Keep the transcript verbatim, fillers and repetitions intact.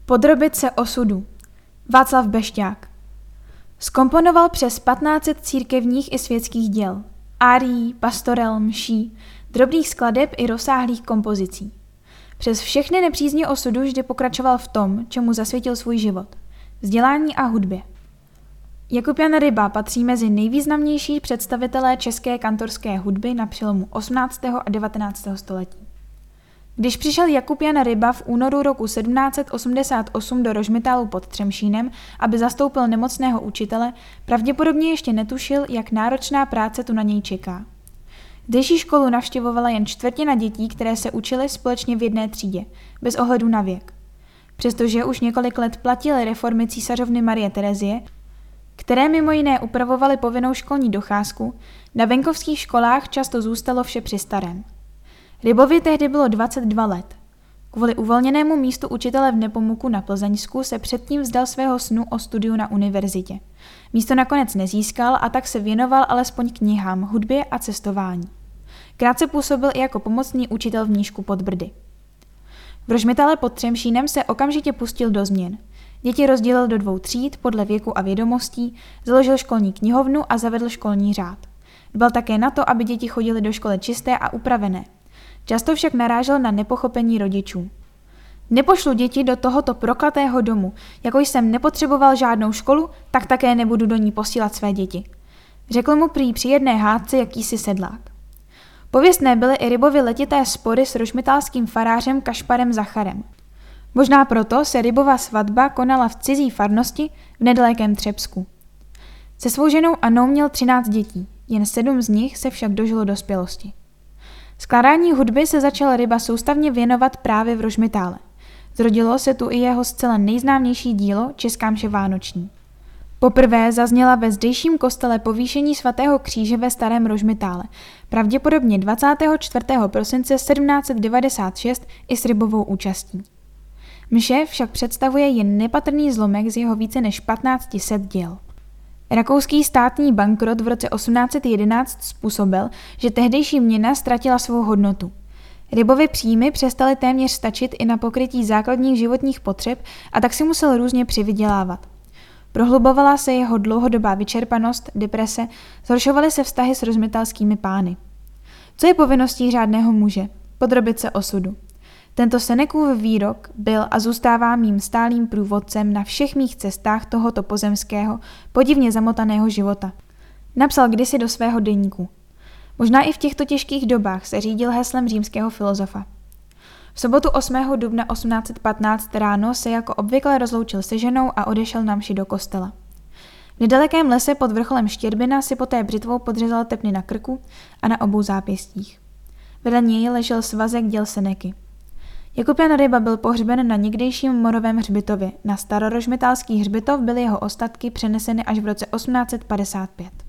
Podrobit se osudu. Václav Bešťák. Zkomponoval přes patnáct set církevních i světských děl, árií, pastorel, mší, drobných skladeb i rozsáhlých kompozicí. Přes všechny nepřízně osudu vždy pokračoval v tom, čemu zasvětil svůj život – vzdělání a hudbě. Jakub Jan Ryba patří mezi nejvýznamnější představitelé české kantorské hudby na přelomu osmnáctého a devatenáctého století. Když přišel Jakub Jan Ryba v únoru roku sedmnáct set osmdesát osm do Rožmitálu pod Třemšínem, aby zastoupil nemocného učitele, pravděpodobně ještě netušil, jak náročná práce tu na něj čeká. Zdejší školu navštěvovala jen čtvrtina dětí, které se učily společně v jedné třídě, bez ohledu na věk. Přestože už několik let platily reformy císařovny Marie Terezie, které mimo jiné upravovaly povinnou školní docházku, na venkovských školách často zůstalo vše při starém. Rybovi tehdy bylo dvacet dva let. Kvůli uvolněnému místu učitele v Nepomuku na Plzeňsku se předtím vzdal svého snu o studiu na univerzitě. Místo nakonec nezískal a tak se věnoval alespoň knihám, hudbě a cestování. Krátce působil i jako pomocný učitel v Mníšku pod Brdy. V Rožmitale pod Třemšínem se okamžitě pustil do změn. Děti rozdělil do dvou tříd podle věku a vědomostí, založil školní knihovnu a zavedl školní řád. Dbal také na to, aby děti chodily do školy čisté a upravené. Často však narážel na nepochopení rodičů. Nepošlu děti do tohoto prokletého domu, jako jsem nepotřeboval žádnou školu, tak také nebudu do ní posílat své děti. Řekl mu prý při jedné hádce jakýsi sedlák. Pověstné byly i Rybovy letité spory s rožmitálským farářem Kašparem Zacharem. Možná proto se Rybova svatba konala v cizí farnosti v nedalekém Třebsku. Se svou ženou Annou měl třináct dětí, jen sedm z nich se však dožilo dospělosti. Skládání hudby se začal Ryba soustavně věnovat právě v Rožmitále. Zrodilo se tu i jeho zcela nejznámější dílo Česká mše vánoční. Poprvé zazněla ve zdejším kostele povýšení svatého kříže ve Starém Rožmitále, pravděpodobně dvacátého čtvrtého prosince sedmnáct set devadesát šest i s Rybovou účastí. Mše však představuje jen nepatrný zlomek z jeho více než patnáct set děl. Rakouský státní bankrot v roce osmnáct set jedenáct způsobil, že tehdejší měna ztratila svou hodnotu. Rybovy příjmy přestaly téměř stačit i na pokrytí základních životních potřeb a tak si musel různě přivydělávat. Prohlubovala se jeho dlouhodobá vyčerpanost, deprese, zhoršovaly se vztahy s rozmitalskými pány. Co je povinností řádného muže? Podrobit se osudu. Tento Senekův výrok byl a zůstává mým stálým průvodcem na všech mých cestách tohoto pozemského, podivně zamotaného života. Napsal kdysi do svého deníku. Možná i v těchto těžkých dobách se řídil heslem římského filozofa. V sobotu osmého dubna osmnáct set patnáct ráno se jako obvykle rozloučil se ženou a odešel na mši do kostela. V nedalekém lese pod vrcholem Štěrbina si poté břitvou podřezal tepny na krku a na obou zápěstích. Vedle něj ležel svazek děl Seneky. Jakub Jan Ryba byl pohřben na někdejším Morovém hřbitově. Na starorožmitálský hřbitov byly jeho ostatky přeneseny až v roce osmnáct set padesát pět.